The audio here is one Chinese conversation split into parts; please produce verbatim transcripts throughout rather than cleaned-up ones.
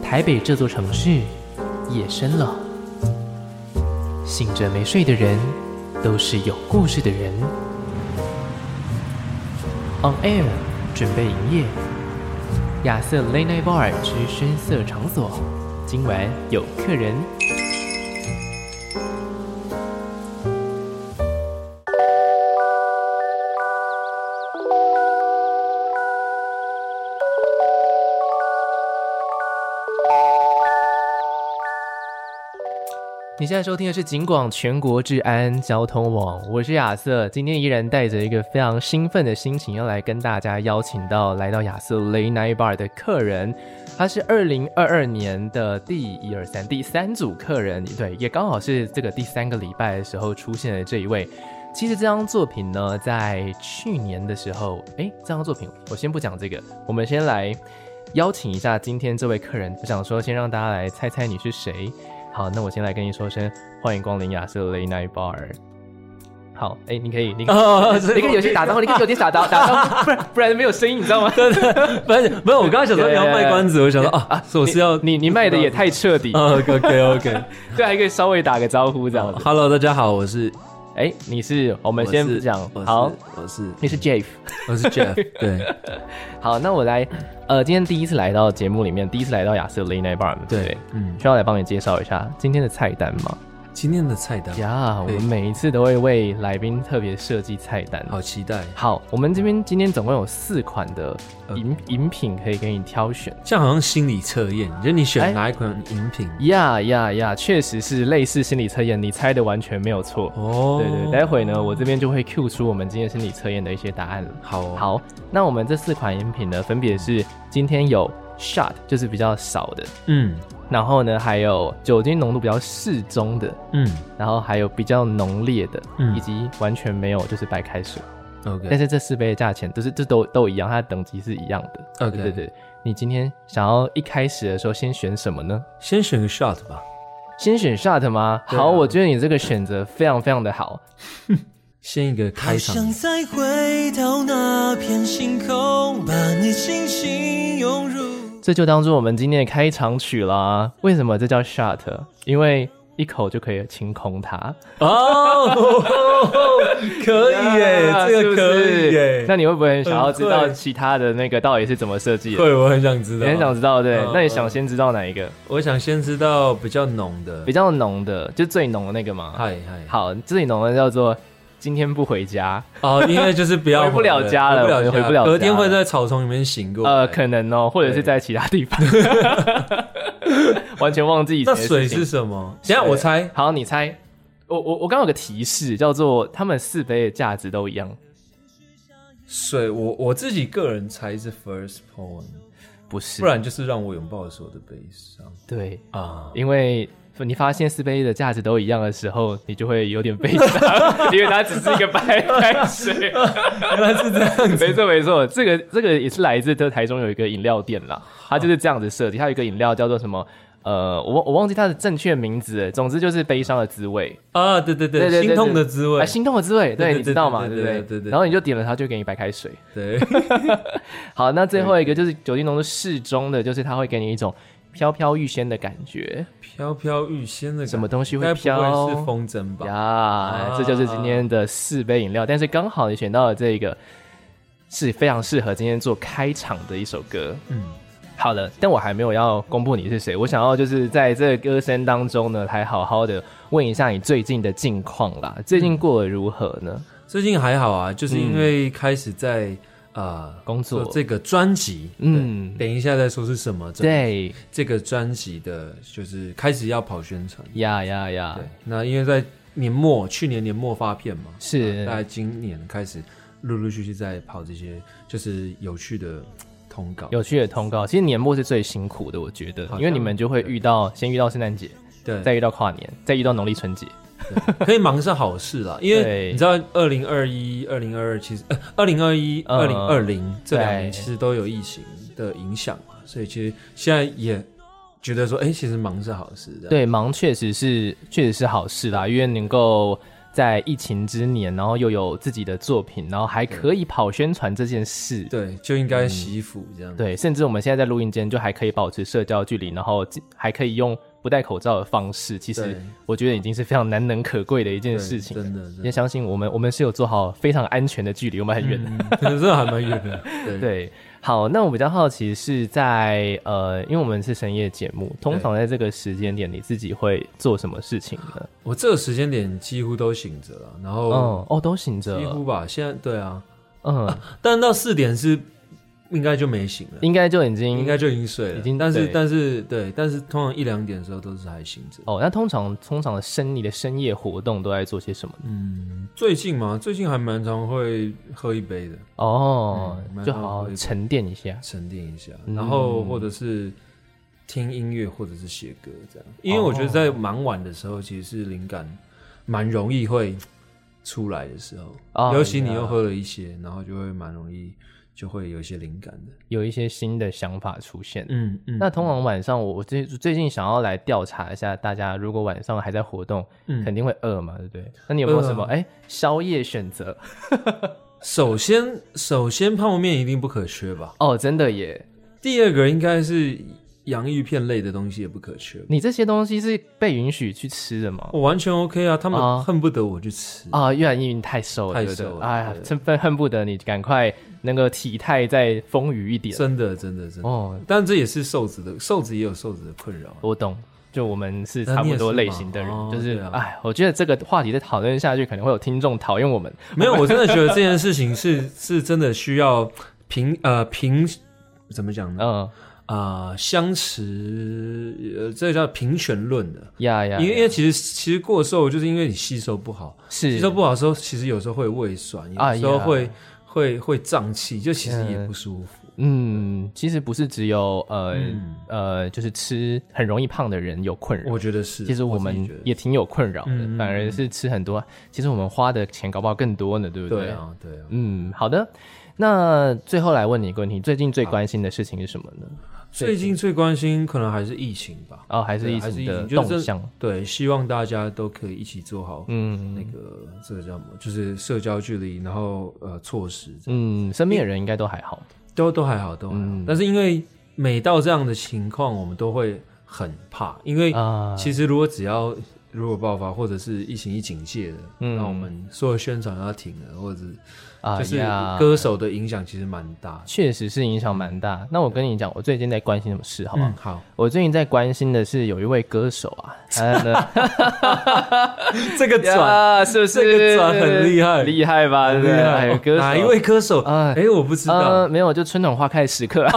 台北这座城市夜深了，醒着没睡的人都是有故事的人。On Air 准备营业，亚瑟 Late Night Bar 之深色场所，今晚有客人。你现在收听的是警广全国治安交通网，我是亚瑟，今天依然带着一个非常兴奋的心情，要来跟大家邀请到来到亚瑟 Late Night Bar 的客人，他是二零二二年的第一二三第三组客人，对，也刚好是这个第三个礼拜的时候出现的这一位。其实这张作品呢，在去年的时候，哎，这张作品我先不讲这个，我们先来邀请一下今天这位客人。我想说，先让大家来猜猜你是谁。好，那我先来跟你说声欢迎光临亚瑟 Late Night Bar。好，哎，你可以，你可以，哦、你可以有些打招呼，你可以有点打打打招呼，不然不然没有声音，你知道吗？对对， 不然没有，我刚刚想说你要卖关子，我想说啊啊，我是要你你卖的也太彻底。 哦 OK OK， 对，还可以稍微打个招呼这样子。 Hello， 大家好，我是。 哎，你是？我们先讲好， 我是， 你是 Jeff， 我是 Jeff， 对。 好，那我来，呃，今天第一次来到节目里面，第一次来到亚瑟 Late Night Bar， 对，对嗯，需要来帮你介绍一下今天的菜单吗？ 今天的菜单呀，我们每一次都会为来宾特别设计菜单， 好期待。 好，我们这边今天总共有四款的饮、呃、饮品可以给你挑选， 这样好像心理测验，就是你选哪一款饮品？ 呀呀呀，确实是类似心理测验，你猜的完全没有错。哦，对对，待会呢，我这边就会 Q 出我们今天心理测验的一些答案了。 好、哦， 好，那我们这四款饮品呢，分别是今天有 shot， 就是比较少的，嗯。然后呢，还有酒精浓度比较适中的，嗯，然后还有比较浓烈的，嗯，以及完全没有就是白开水。OK， 但是这四杯的价钱都是这都都一样，它的等级是一样的。OK， 对对对。你今天想要一开始的时候先选什么呢？ 先选个 shot 吧。 先选 shot 吗？啊、好，我觉得你这个选择非常非常的好。 先一个开场。 想再回到那片星空，把你轻轻拥入。 这就当做我们今天的开场曲啦。为什么这叫 shot？ 因为一口就可以清空它。哦， 可以耶，这个可以耶。 那你会不会很想要知道其他的那个到底是怎么设计的？ 对，我很想知道。 你很想知道，对？嗯、那你想先知道哪一个？ 我想先知道比较浓的， 比较浓的，就最浓的那个嘛。嗨嗨，好，最浓的叫做。今天不回家哦，因为就是不要回不了家了，回不了家，回不了家， 隔天会在草丛里面醒过来。 呃，可能哦，或者是在其他地方，完全忘记以前的事情。 那水是什么？等一下我猜， 好，你猜。我我我刚有个提示，叫做他们四杯的价值都一样。 水，我我自己个人猜是 First Poem， 不是， 不然就是让我拥抱的时候的悲伤。 对啊，因为。你发现四杯的价值都一样的时候，你就会有点悲伤，因为它只是一个白开水。 原来是这样子， 没错没错，这个这个也是来自这台中有一个饮料店啦，它就是这样子设计。它有一个饮料叫做什么？呃，我我忘记它的正确名字了。总之就是悲伤的滋味啊，对对 对, 对, 对, 对, 对，心痛的滋味， 啊、心痛的滋味，对, 对, 对, 对，你知道嘛？ 对对不对？ 对 对, 对。 然后你就点了它，就给你白开水。 对。 好，那最后一个就是酒精浓度适中的，就是它会给你一种。飘飘欲仙的感觉， 飘飘欲仙的感觉， 什么东西会飘？ 该不会是风筝吧？ 呀、啊，这就是今天的四杯饮料。但是刚好你选到的这个是非常适合今天做开场的一首歌。嗯，好的，但我还没有要公布你是谁，我想要就是在这个歌声当中呢，还好好的问一下你最近的近况啦。最近过得如何呢？ 嗯、最近还好啊，就是因为开始在。嗯呃， 工作这个专辑，嗯，等一下再说是什么。 对， 这个专辑的，就是开始要跑宣传， 呀呀呀。 对，那因为在年末，去年年末发片嘛， 是， 大概今年开始陆陆续续在跑这些，就是有趣的通告， 有趣的通告。其实年末是最辛苦的，我觉得，因为你们就会遇到，先遇到圣诞节，对，再遇到跨年，再遇到农历春节。 可以忙上好事啦，因为你知道，二零二一、二零二二其实，二零二一、二零二零这两年其实都有疫情的影响嘛，所以其实现在也觉得说，哎、欸，其实忙是好事的。 对，忙确实是确实是好事啦，因为能够在疫情之年，然后又有自己的作品，然后还可以跑宣传这件事， 对，就应该洗衣服这样、嗯。 对，甚至我们现在在录音间就还可以保持社交距离，然后还可以用不戴口罩的方式，其实我觉得已经是非常难能可贵的一件事情。 真的，真的也相信我们，我们是有做好非常安全的距离，我们很远的， 嗯、真的还蛮远的。对。 对，好，那我比较好奇是在呃，因为我们是深夜节目，通常在这个时间点，你自己会做什么事情呢？ 我这个时间点几乎都醒着了，然后哦哦，都醒着， 几乎吧。现在对啊， 嗯， 啊、但到四点是。应该就没醒了， 应该就已经应该就已经睡了， 已经但是但是对，但是通常一两点的时候都是还醒着。 哦，那通常通常的深你的深夜活动都在做些什么呢？ 嗯，最近嘛，最近还蛮常会喝一杯的哦、嗯，就好好沉淀一下， 沉淀一下，嗯、然后或者是听音乐，或者是写歌这样。因为我觉得在蛮晚的时候，其实是灵感蛮容易会出来的时候，哦、尤其你又喝了一些，然后就会蛮容易。就会有一些灵感的， 有一些新的想法出现。 嗯嗯。 那通常晚上我，我最最近想要来调查一下，大家如果晚上还在活动，嗯、肯定会饿嘛，对不对？那你有没有什么哎、呃、宵夜选择？ 首先，首先泡面一定不可缺吧？ 哦，真的耶。 第二个应该是洋芋片类的东西也不可缺。 你这些东西是被允许去吃的吗？ 我完全 OK 啊，他们恨不得我去吃啊，因为你太瘦了， 太瘦了， 哎呀，真恨不得你赶快那个体态再丰腴一点。 真的，真的，真的哦。但这也是瘦子的，瘦子也有瘦子的困扰。 我懂，就我们是差不多类型的人， 是就是哎、 啊，我觉得这个话题再讨论下去，可能会有听众讨厌我们。 没有，我真的觉得这件事情是是真的需要平呃平怎么讲呢？嗯。啊、呃，相持，呃，这叫平权论的呀呀， 因为因为其实其实过瘦就是因为你吸收不好， 是吸收不好的时候，其实有时候会胃酸，有时候会、啊、会会胀气，就其实也不舒服。 嗯，其实不是只有呃、嗯、呃，就是吃很容易胖的人有困扰， 我觉得是。 其实我们也挺有困扰的，嗯、反而是吃很多，其实我们花的钱搞不好更多呢，对不对？ 对啊，对啊。 嗯，好的。那最后来问你一个问题，最近最关心的事情是什么呢？ 最近最关心可能还是疫情吧。 哦，还是疫情的动向。 对，希望大家都可以一起做好，嗯，那个这个叫什么，就是社交距离，然后呃措施。 嗯，身边的人应该都还好， 都都还好，都还好。嗯、但是因为每到这样的情况，我们都会很怕，因为其实如果只要如果爆发，或者是疫情一警戒的，嗯，那我们所有宣传要停了，或者是。就是歌手的影响其实蛮大， 确实是影响蛮大。那我跟你讲，我最近在关心什么事，好不好？ 嗯、好， 我最近在关心的是有一位歌手啊，他呢， 这个转是不是这个转很厉害， 厉害吧？ 很厉害。 有歌手哪一位歌手？哎、呃，我不知道、呃， 没有，就春暖花开的时刻。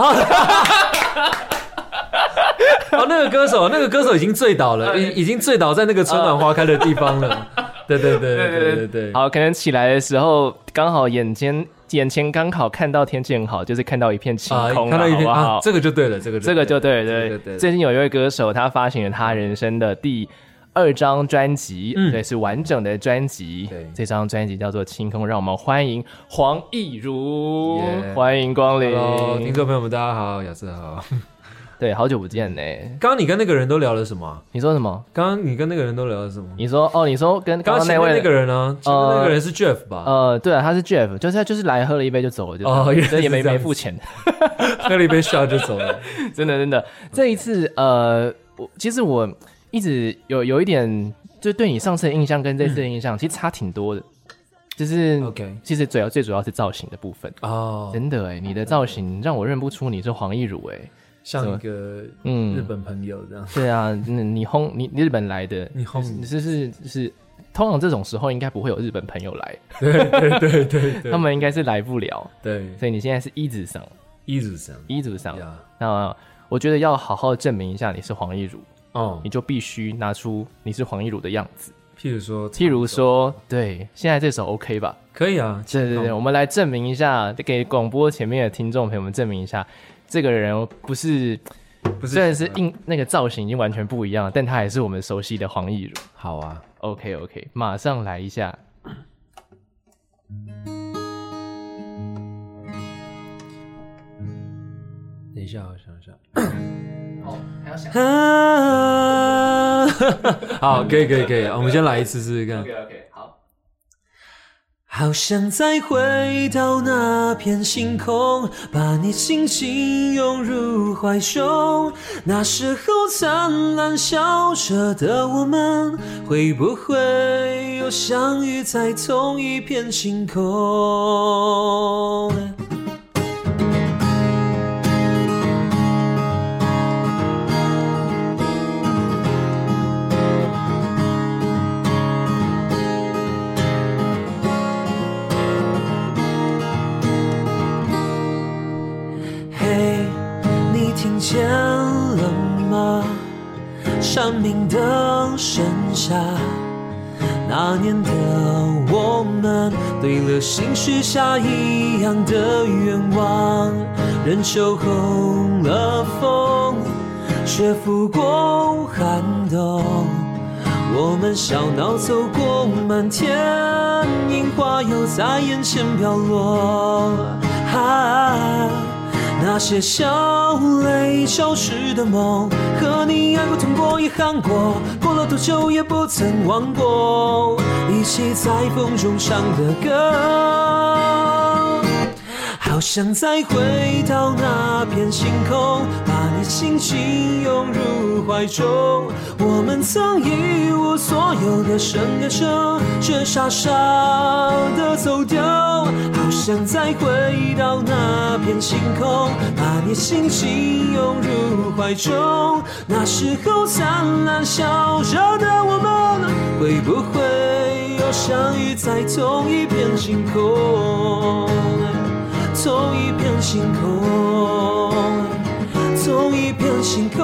哦，那个歌手，那个歌手已经醉倒了，已已经醉倒在那个春暖花开的地方了。对对对对对对对。 好，可能起来的时候刚好眼前眼前刚好看到天气很好，就是看到一片晴空、啊， 看到一片好不好、 啊，这个就对了，这个就这个就对了，对对对对。 最近有一位歌手，他发行了他人生的第二张专辑，嗯，对，是完整的专辑。对，这张专辑叫做《晴空》，让我们欢迎黄义儒， yeah. 欢迎光临。 Hello， 听众朋友们，大家好，亚瑟好。 对，好久不见呢。 刚刚你跟那个人都聊了什么、啊？ 你说什么？ 刚刚你跟那个人都聊了什么？ 你说哦，你说跟刚刚那位那个人呢、啊？呃，那个人是 Jeff 吧？ 呃，对啊，他是 Jeff， 就是他就是来喝了一杯就走了，就哦，也没没付钱， 喝了一杯 shot 就走了。 真的真的，这一次呃，我其实我一直有有一点，就对你上次的印象跟这次的印象、嗯、其实差挺多的。就是 ，OK， 其实主要最主要是造型的部分哦，真的哎，你的造型让我认不出你是黄义儒哎。 像一个日本朋友这样、嗯， 对啊，你轰你日本来的， 你轰你是是是，通常这种时候应该不会有日本朋友来， 对对对 对, 对， 他们应该是来不了， 对， 所以你现在是一子上， 一子上， 一子上，那我觉得要好好证明一下你是黄义儒哦， 你就必须拿出你是黄义儒的样子， 譬如说， 譬如说，对，现在这首 OK 吧？ 可以啊， 对对对，我们来证明一下，给广播前面的听众朋友们证明一下。这个人不是，不是虽然是硬那个造型已经完全不一样了，但他还是我们熟悉的黄义儒。 好啊 ，OK OK， 马上来一下。 等一下，我想一下。 哦，还要想。 好，可以可以可以，我们先来一次试试看。 OK OK， 好。 好想再回到那片星空，把你紧紧拥入怀中。那时候灿烂笑着的我们，会不会又相遇在同一片星空？见了吗？山明灯剩下，那年的我们对了心许下一样的愿望，忍受红了风，却拂过寒冬。我们小闹走过漫天樱花，又在眼前飘落。啊，那些笑泪消失的梦，和你爱过痛过遗憾过，过了多久也不曾忘过，一起在风中唱的歌。好想再回到那片星空，把你紧紧拥入怀中。我们曾一无所有的生跟着，却傻傻的走丢。好想再回到那片星空，把你紧紧拥入怀中。那时候灿烂笑着的我们，会不会又相遇在同一片星空？同一片星空，同一片星空。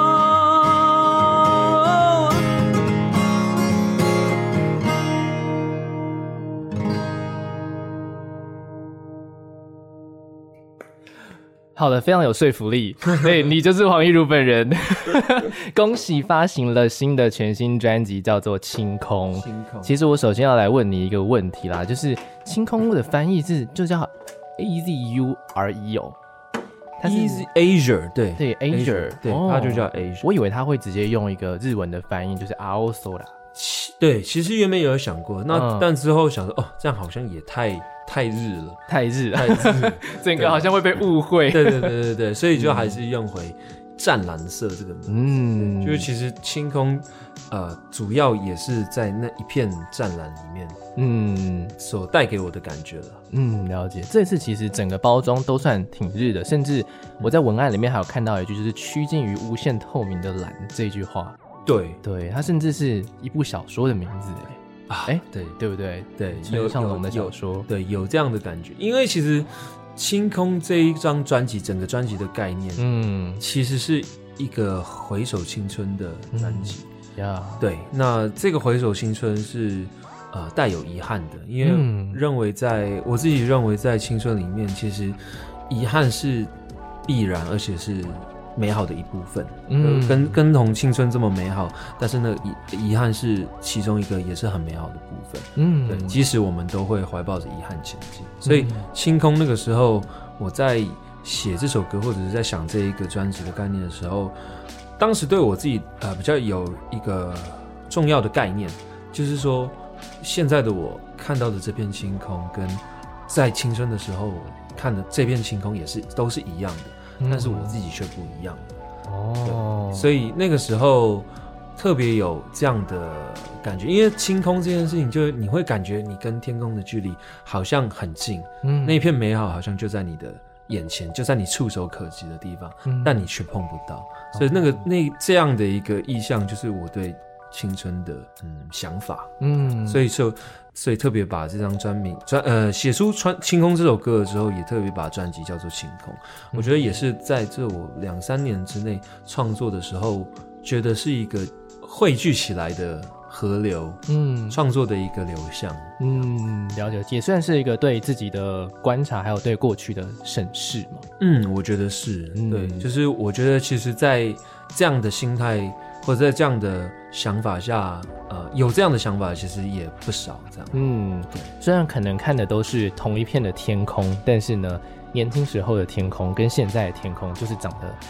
好的，非常有说服力。对，你就是黄义儒本人。恭喜发行了新的全新专辑，叫做《清空》。 清空。 其实我首先要来问你一个问题啦，就是“清空”的翻译是就叫 A Z U R E 哦，它是 Asia， 对对 Asia， 对， 哦， 它就叫 Asia。 我以为他会直接用一个日文的翻译，就是 Aosola。 对，其实原本有想过，那、嗯、但之后想说，哦，这样好像也太太日了， 太日了， 太日， 整个好像会被误会。 对对对对对，所以就还是用回湛蓝色这个名字。嗯，就是其实清空，呃，主要也是在那一片湛蓝里面，嗯，所带给我的感觉了。 嗯，了解。这次其实整个包装都算挺日的，甚至我在文案里面还有看到一句，就是趋近于无限透明的蓝这句话。 对对，它甚至是一部小说的名字哎。 哎、啊，对对不对？ 对， 村上隆的小说， 对，有这样的感觉。因为其实《清空》这一张专辑，整个专辑的概念，嗯，其实是一个回首青春的专辑呀。嗯 yeah. 对，那这个回首青春是呃带有遗憾的，因为认为在、嗯、我自己认为在青春里面，其实遗憾是必然，而且是美好的一部分，嗯，跟跟同青春这么美好，但是呢，遗遗憾是其中一个，也是很美好的部分，嗯，对，即使我们都会怀抱着遗憾前进，所以清空那个时候，我在写这首歌或者是在想这一个专辑的概念的时候，当时对我自己呃比较有一个重要的概念，就是说，现在的我看到的这片星空，跟在青春的时候看的这片星空也是都是一样的。但是我自己却不一样哦，所以那个时候特别有这样的感觉，因为清空这件事情，就是你会感觉你跟天空的距离好像很近，嗯，那一片美好好像就在你的眼前，就在你触手可及的地方，嗯，但你却碰不到，所以那个那这样的一个意象，就是我对青春的嗯想法，嗯，所以就所以特别把这张专名专呃写出《清空》这首歌的时候，也特别把专辑叫做《清空》。我觉得也是在这我两三年之内创作的时候，觉得是一个汇聚起来的河流，嗯，创作的一个流向， 嗯，了解，也算是一个对自己的观察，还有对过去的审视嘛。 嗯，我觉得是，嗯、对，就是我觉得其实，在这样的心态。或者在这样的想法下，呃，有这样的想法其实也不少，这样。嗯，对。 虽然可能看的都是同一片的天空，但是呢，年轻时候的天空跟现在的天空就是长得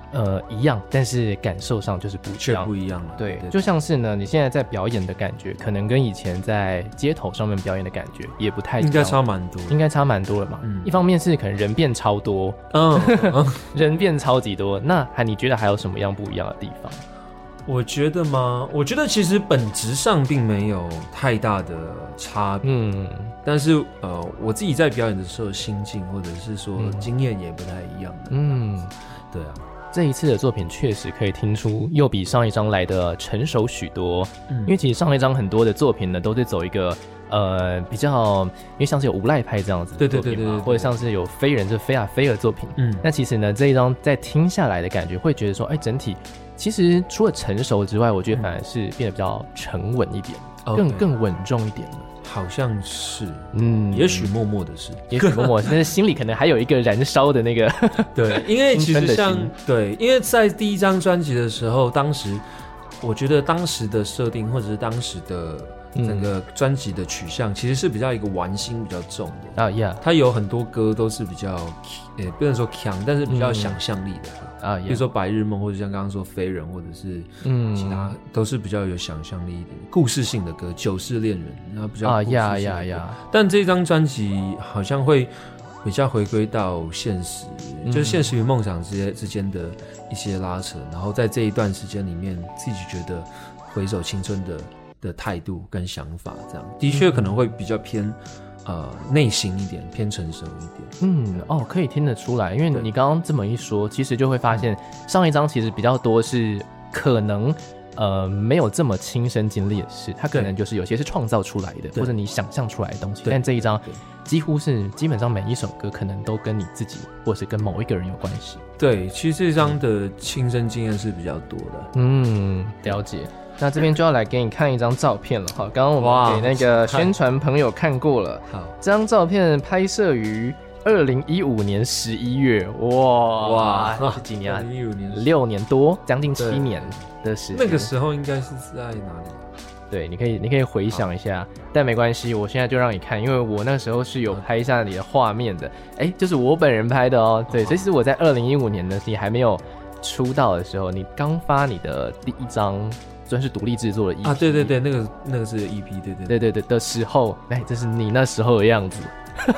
呃一样，但是感受上就是不一样， 却不一样了。 对， 对对就像是呢，你现在在表演的感觉，可能跟以前在街头上面表演的感觉也不太一样， 应该差蛮多， 应该差蛮多了嘛。嗯，一方面是可能人变超多， 嗯， 人变超级多，那还你觉得还有什么样不一样的地方？ 我觉得吗？我觉得其实本质上并没有太大的差别，嗯，但是呃，我自己在表演的时候心境或者是说经验也不太一样的，嗯，对啊。 这一次的作品确实可以听出又比上一张来的成熟许多，嗯，因为其实上一张很多的作品呢都是走一个呃比较，因为像是有无赖派这样子的作品嘛，对对对 对, 对, 对，或者像是有飞人这飞啊飞的作品，嗯，那其实呢这一张在听下来的感觉会觉得说，哎，整体其实除了成熟之外，我觉得反而是变得比较沉稳一点，嗯、更更稳重一点了。 好像是，嗯，也许默默的是， 也许默默，但是心里可能还有一个燃烧的那个， 对，因为其实像对，因为在第一张专辑的时候，当时我觉得当时的设定或者是当时的整个专辑的取向，其实是比较一个玩心比较重的啊，呀、uh, yeah ，它有很多歌都是比较，也不能说强，但是比较想象力的歌。啊，比如说《白日梦》，或者像刚刚说《飞人》，或者是嗯，其他都是比较有想象力一点、故事性的歌，《九世恋人》，然后比较啊呀呀呀。但这张专辑好像会比较回归到现实，嗯、就是现实与梦想之间之间的一些拉扯，然后在这一段时间里面，自己觉得回首青春的的态度跟想法，这样的确可能会比较偏。呃，内心一点，偏成熟一点。 嗯，哦，可以听得出来，因为你刚刚这么一说，其实就会发现上一张其实比较多是可能呃没有这么亲身经历的事，它可能就是有些是创造出来的，或者你想象出来的东西。但这一张几乎是基本上每一首歌可能都跟你自己或是跟某一个人有关系。 对，其实这张的亲身经验是比较多的。 嗯，了解。那这边就要来给你看一张照片了哈，刚刚我们给那个宣传朋友看过了。好，这张照片拍摄于二零一五年十一月，哇哇，是几年啊？二零一五年，六年多，将近七年的时间。 那个时候应该是在哪里？ 对，你可以你可以回想一下，但没关系，我现在就让你看，因为我那时候是有拍下你的画面的，哎、欸，就是我本人拍的哦。对，所以是我在二零一五年呢，你还没有出道的时候，你刚发你的第一张。算是独立制作的 E P 啊，对对对，那个那个是 E P， 对对对对对的时候，哎，这是你那时候的样子，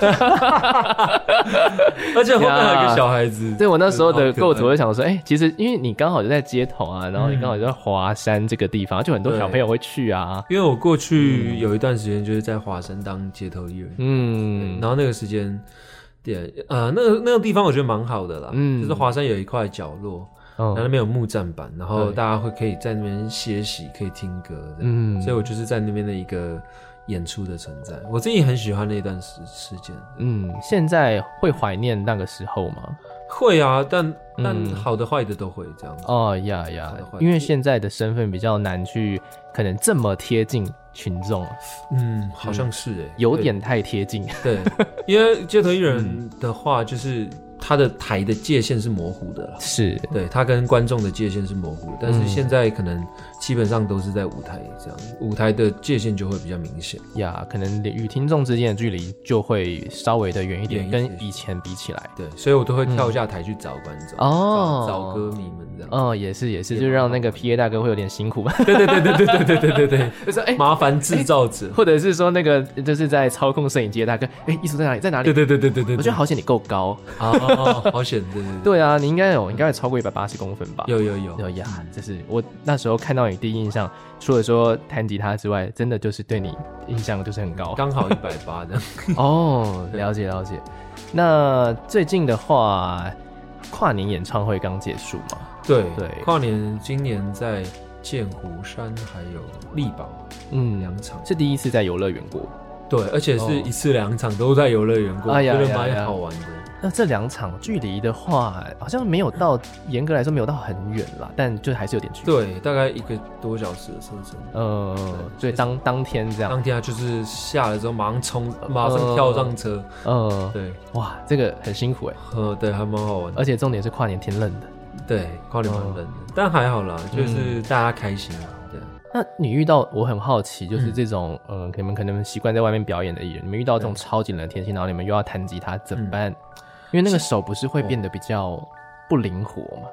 而且后面还有一个小孩子。 对，我那时候的构图，我就想说，哎、欸，其实因为你刚好就在街头啊，然后你刚好就在华山这个地方，嗯、就很多小朋友会去啊。 因为我过去有一段时间就是在华山当街头艺人，嗯，然后那个时间，对，呃，那个那个地方我觉得蛮好的啦，嗯，就是华山有一块角落。然后那边有木栈板，然后大家会可以在那边歇息，可以听歌，嗯，所以我就是在那边的一个演出的存在。我自己很喜欢那段时时间。 嗯，现在会怀念那个时候吗？ 会啊，但但好的坏的都会这样子。 哦呀呀，因为现在的身份比较难去，可能这么贴近群众。 嗯，好像是哎、欸， 有点太贴近。 对，因为街头艺人的话，就是他的台的界限是模糊的啦， 是对他跟观众的界限是模糊的，但是现在可能基本上都是在舞台这样，舞台的界限就会比较明显呀，可能与听众之间的距离就会稍微的远一点，跟以前比起来。 对，所以我都会跳下台去找观众，哦、嗯，找, 找歌迷们这样。 哦，也是也是，就让那个 P A 大哥会有点辛苦。 对对对对对对对对对对，就是哎，麻烦制造者、欸， 或者是说那个就是在操控摄影机的大哥，哎、欸，艺术在哪里？在哪里？ 对对对对对对， 我觉得好险你够高啊。 哦，好险！对对对， 对啊，你应该有，应该有超过一百八十公分吧？ 有有有有呀！这是我那时候看到你第一印象，除了说弹吉他之外，真的就是对你印象就是很高， 刚好一百八这样。 哦，了解了解。那最近的话，跨年演唱会刚结束嘛？ 对对，跨年今年在剑湖山还有力宝，嗯，两场是第一次在游乐园过。 对，而且是一次两场都在游乐园过，觉得蛮好玩的。 那这两场距离的话，好像没有到，严格来说没有到很远啦，但就还是有点距离。 对，大概一个多小时的车程。 呃，所以当当天这样， 当天就是下了之后马上冲，马上跳上车。呃，对， 哇，这个很辛苦哎。 呃，对，还蛮好玩的。 而且重点是跨年天冷的。 对，跨年蛮冷的，但还好啦，就是大家开心啦。 那你遇到，我很好奇，就是这种，嗯，呃、你们可能习惯在外面表演的艺人，你们遇到这种超级冷的天气，然后你们又要弹吉他，怎么办？嗯、因为那个手不是会变得比较不灵活吗？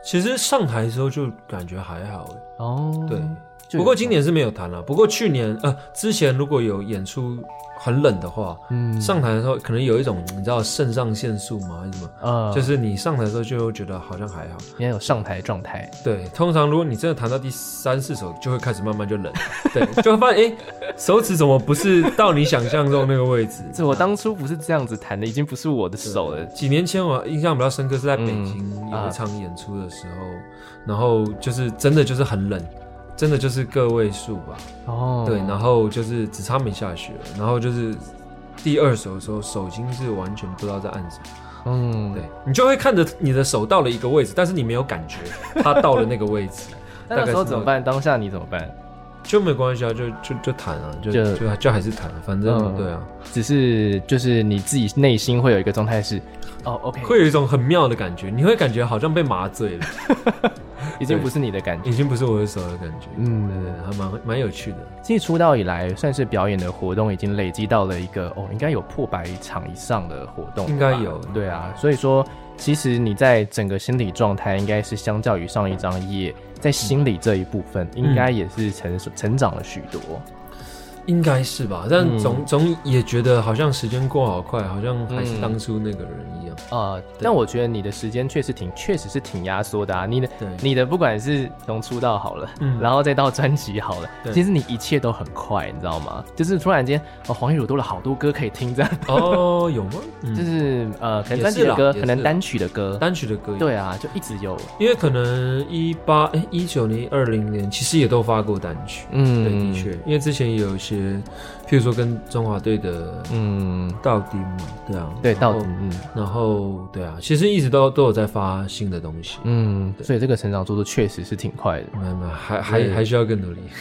其实上台的时候就感觉还好哦， 对，不过今年是没有弹了。不过去年呃之前如果有演出很冷的话，嗯，上台的时候可能有一种你知道肾上腺素吗还是什么？呃，就是你上台的时候就觉得好像还好， 应该有上台状态。 对，通常如果你真的弹到第三四首，就会开始慢慢就冷，对，就会发现哎、欸，手指怎么不是到你想象中那个位置？ 这我当初不是这样子弹的，已经不是我的手了。 几年前我印象比较深刻是在北京有一场演出的时候，嗯啊、然后就是真的就是很冷。真的就是个位数吧，哦，对，然后就是只差没下雪了，然后就是第二首的时候，手已经是完全不知道在按什么，嗯，对，你就会看着你的手到了一个位置，但是你没有感觉它到了那个位置。 那那时候怎么办？当下你怎么办？ 就没关系啊，就就就弹啊，就就 就, 就还是弹，反正、嗯、对啊， 只是就是你自己内心会有一个状态是，哦 ，OK， 会有一种很妙的感觉，你会感觉好像被麻醉了。 已经不是你的感觉， 已经不是我的手的感觉。嗯，对对，还蛮蛮有趣的。 其实出道以来，算是表演的活动已经累积到了一个哦，应该有破百场以上的活动， 应该有。 对啊，所以说，其实你在整个心理状态，应该是相较于上一张也在心理这一部分，嗯、应该也是成成长了许多。 应该是吧，但总、嗯、总也觉得好像时间过好快，好像还是当初那个人一样啊、嗯呃。但我觉得你的时间确实挺，确实是挺压缩的啊。你的你的不管是从出道好了，嗯、然后再到专辑好了，其实你一切都很快，你知道吗？就是突然间，哦，黄义儒多了好多歌可以听，这样哦，有吗？ 嗯、就是呃，可能专辑的歌，可能单曲的歌， 单曲的歌， 对啊，就一直有。 因为可能一八哎一九年、二零年，其实也都发过单曲，嗯，对，的确，因为之前也有一些。譬如说跟中华队的嗯道丁嘛，对啊， 对道丁，嗯， 然后对啊，其实一直都都有在发新的东西， 嗯，所以这个成长速度确实是挺快的， 没有没有，还还还需要更努力。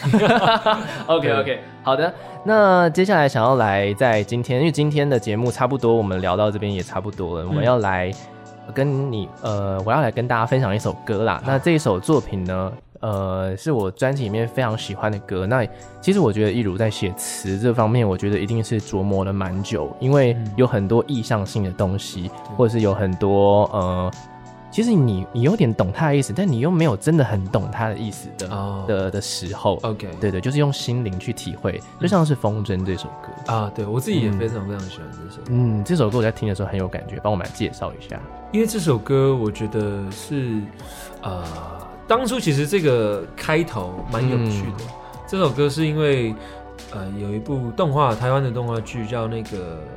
OK OK， 好的，那接下来想要来在今天，因为今天的节目差不多，我们聊到这边也差不多了，嗯、我们要来跟你呃，我要来跟大家分享一首歌啦。那这一首作品呢？呃，是我专辑里面非常喜欢的歌。那其实我觉得一如在写词这方面，我觉得一定是琢磨了蛮久，因为有很多意象性的东西，嗯、或者是有很多呃，其实你你有点懂他的意思，但你又没有真的很懂他的意思的、oh. 的的时候 ，OK， 对对，就是用心灵去体会，就像是《风筝》这首歌啊，对我自己也非常非常喜欢这首， 嗯，这首歌我在听的时候很有感觉，帮我们来介绍一下。 因为这首歌我觉得是呃。当初其实这个开头蛮有趣的、嗯，这首歌是因为呃有一部动画，台湾的动画剧叫那个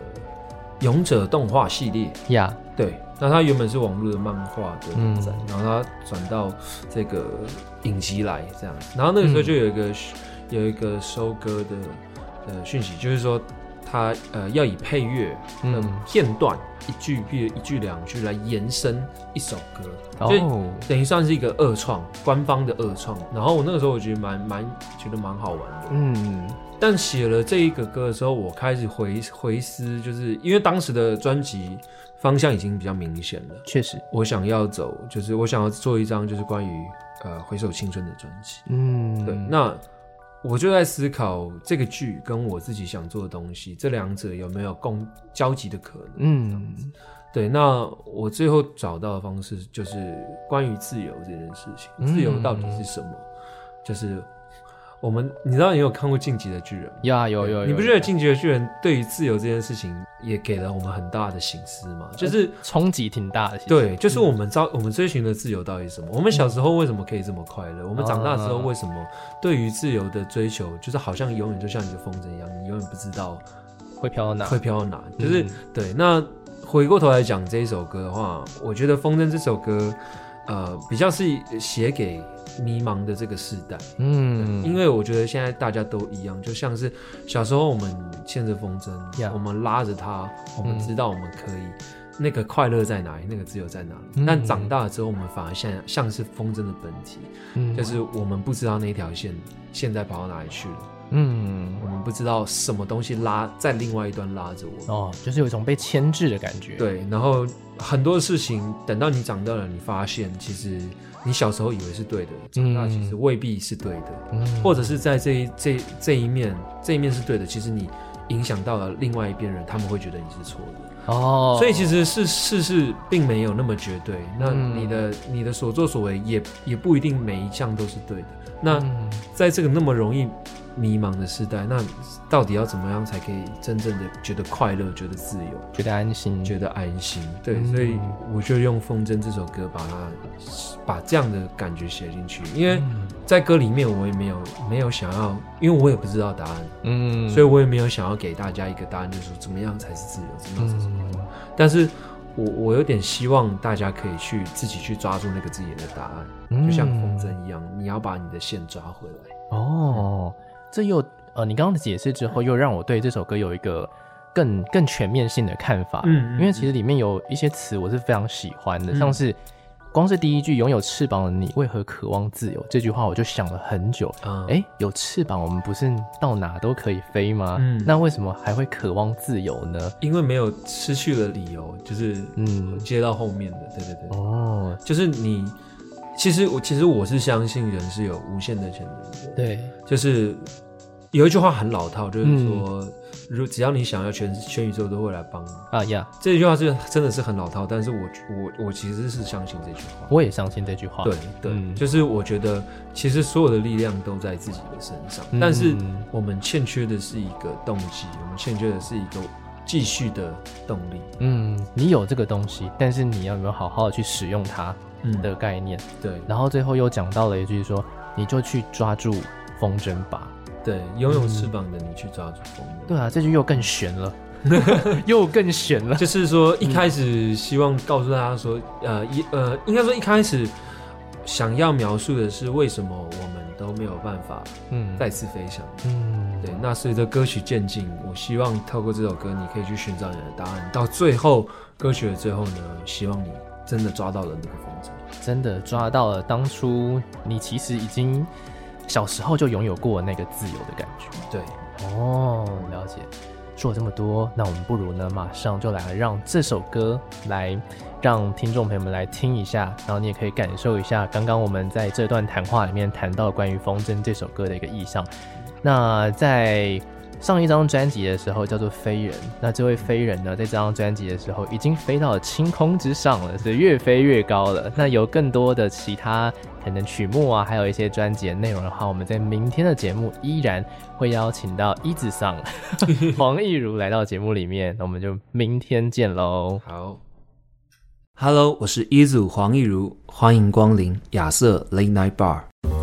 《勇者动画系列》 呀， yeah. 对，那它原本是网络的漫画的连载、嗯，然后它转到这个影集来这样，然后那个时候就有一个、嗯、有一个收割的呃讯息，就是说它呃要以配乐的片段。嗯一句一句两句来延伸一首歌，所以等于算是一个二创，官方的二创。然后我那个时候我觉得蛮蛮觉得蛮好玩的，嗯。但写了这一个歌的时候，我开始回回思，就是因为当时的专辑方向已经比较明显了， 确实， 我想要走，就是我想要做一张就是关于呃回首青春的专辑，嗯，对，那。我就在思考这个剧跟我自己想做的东西，这两者有没有共交集的可能？嗯，对。那我最后找到的方式就是关于自由这件事情，嗯、自由到底是什么？就是我们，你知道你有看过《进击的巨人》吗？ 呀，有 有, 有, 有。 你不觉得《进击的巨人》对于自由这件事情也给了我们很大的省思吗？就是冲击挺大的。 对，就是我们招、嗯、我们追寻的自由到底是什么？我们小时候为什么可以这么快乐？嗯、我们长大之后为什么对于自由的追求，就是好像永远就像一个风筝一样，你永远不知道会飘到哪， 会飘到哪？就是、嗯、对。那回过头来讲这一首歌的话，我觉得《风筝》这首歌，呃，比较是写给迷茫的这个世代，嗯，因为我觉得现在大家都一样，就像是小时候我们牵着风筝， yeah. 我们拉着它，我们知道我们可以、嗯、那个快乐在哪里，那个自由在哪里、嗯、但长大了之后我们反而像像是风筝的本体、嗯、就是我们不知道那条线现在跑到哪里去了，嗯，我们不知道什么东西拉在另外一端拉着我们， 哦，就是有一种被牵制的感觉， 对，然后很多事情等到你长大了，你发现其实你小时候以为是对的，长大其实未必是对的，嗯、或者是在这一这这一面这一面是对的，其实你影响到了另外一边人，他们会觉得你是错的。 哦，所以其实是事事并没有那么绝对。那你的、嗯、你的所作所为也也不一定每一项都是对的。那在这个那么容易迷茫的时代，那到底要怎么样才可以真正的觉得快乐、觉得自由、 觉得安心、 觉得安心？对，嗯、所以我就用《风筝》这首歌把它把这样的感觉写进去。因为在歌里面我也没有没有想要，因为我也不知道答案，嗯，所以我也没有想要给大家一个答案，就是说怎么样才是自由，怎么样才是快乐。嗯、但是我我有点希望大家可以去自己去抓住那个自己的答案，嗯、就像风筝一样，你要把你的线抓回来。 哦。这又呃，你刚刚的解释之后，又让我对这首歌有一个更更全面性的看法。嗯，因为其实里面有一些词我是非常喜欢的，嗯、像是光是第一句"拥有翅膀的你，为何渴望自由"这句话，我就想了很久。哎、嗯，有翅膀，我们不是到哪都可以飞吗？嗯，那为什么还会渴望自由呢？ 因为没有失去了理由，就是嗯，接到后面的，对对对。哦，就是你。其实我其实我是相信人是有无限的潜能的， 对， 就是有一句话很老套，就是说，嗯、如只要你想要全，全全宇宙都会来帮你啊呀。 Yeah. 这句话是真的是很老套，但是我我我其实是相信这句话， 我也相信这句话。 对对，嗯、就是我觉得其实所有的力量都在自己的身上，嗯、但是我们欠缺的是一个动机，我们欠缺的是一个继续的动力。 嗯，你有这个东西，但是你要有没有好好的去使用它？的概念、嗯、 对， 然后最后又讲到了一句说，你就去抓住风筝吧。 对，拥有翅膀的你去抓住风筝、嗯。 对啊，这句又更悬了，又更悬了。 就是说，一开始希望告诉大家说，嗯、呃，一呃，应该说一开始想要描述的是为什么我们都没有办法嗯再次飞翔。嗯，对。那随着歌曲渐进，我希望透过这首歌，你可以去寻找你的答案。到最后，歌曲的最后呢，希望你真的抓到了那个风筝， 真的抓到了当初你其实已经小时候就拥有过那个自由的感觉。 对， 哦，了解。说了这么多，那我们不如呢，马上就来让这首歌来让听众朋友们来听一下，然后你也可以感受一下刚刚我们在这段谈话里面谈到关于《风筝》这首歌的一个意象。那在上一张专辑的时候叫做飞人，那这位飞人呢，在这张专辑的时候已经飞到了青空之上了，所以越飞越高了。那有更多的其他可能曲目啊，还有一些专辑的内容的话，我们在明天的节目依然会邀请到一子桑黄义儒来到节目里面，那我们就明天见喽。 好 ，Hello， 我是一组黄义儒，欢迎光临亚瑟 Late Night Bar。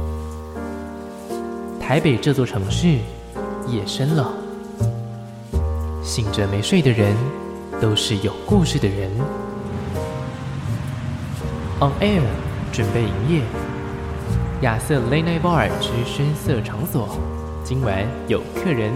台北这座城市夜深了，醒着没睡的人都是有故事的人。On Air 准备营业，亚瑟 Late Night Bar 之深色场所，今晚有客人。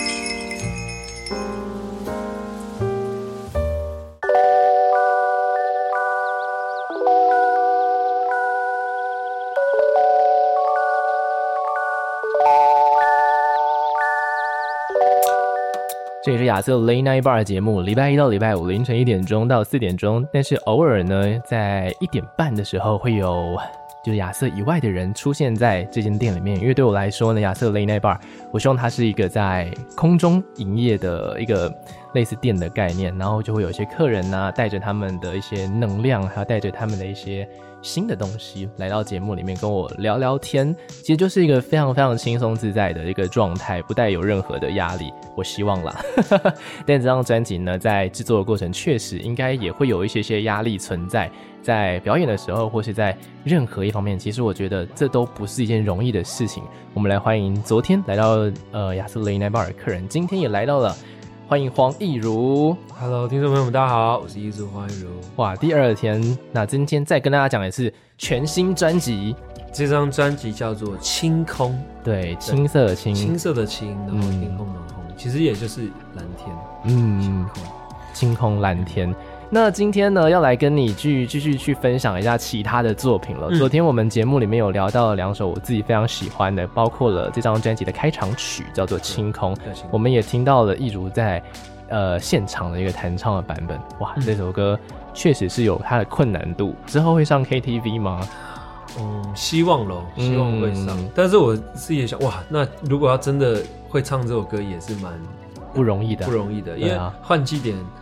这也是亚瑟 Late Night Bar 的节目，礼拜一到礼拜五凌晨一点钟到四点钟，但是偶尔呢，在一点半的时候会有就是亚瑟以外的人出现在这间店里面，因为对我来说呢，亚瑟 Late Night Bar 我希望它是一个在空中营业的一个类似店的概念，然后就会有一些客人啊，带着他们的一些能量，还有带着他们的一些新的东西来到节目里面跟我聊聊天，其实就是一个非常非常轻松自在的一个状态，不带有任何的压力，我希望啦但这张专辑呢，在制作的过程确实应该也会有一些些压力存在，在表演的时候或是在任何一方面，其实我觉得这都不是一件容易的事情。我们来欢迎昨天来到呃亚瑟 Late Night Bar 的客人，今天也来到了，欢迎黄义儒。 Hello， 听众朋友们大家好，我是义儒黄义儒。 哇，第二天，那今天再跟大家讲的是全新专辑， 这张专辑叫做青空， 对，青色的青， 青色的青，然后天空的空、嗯、其实也就是蓝天， 嗯，青空青空蓝天。那今天呢，要来跟你继继续去分享一下其他的作品了、嗯、昨天我们节目里面有聊到两首我自己非常喜欢的，包括了这张专辑的开场曲叫做青空，我们也听到了义儒在呃现场的一个弹唱的版本。哇、嗯、这首歌确实是有它的困难度，之后会上 K T V 吗？ 嗯，希望咯，希望会上、嗯、但是我自己也想，哇，那如果要真的会唱这首歌也是蛮不容易的， 不容易的，因为换季点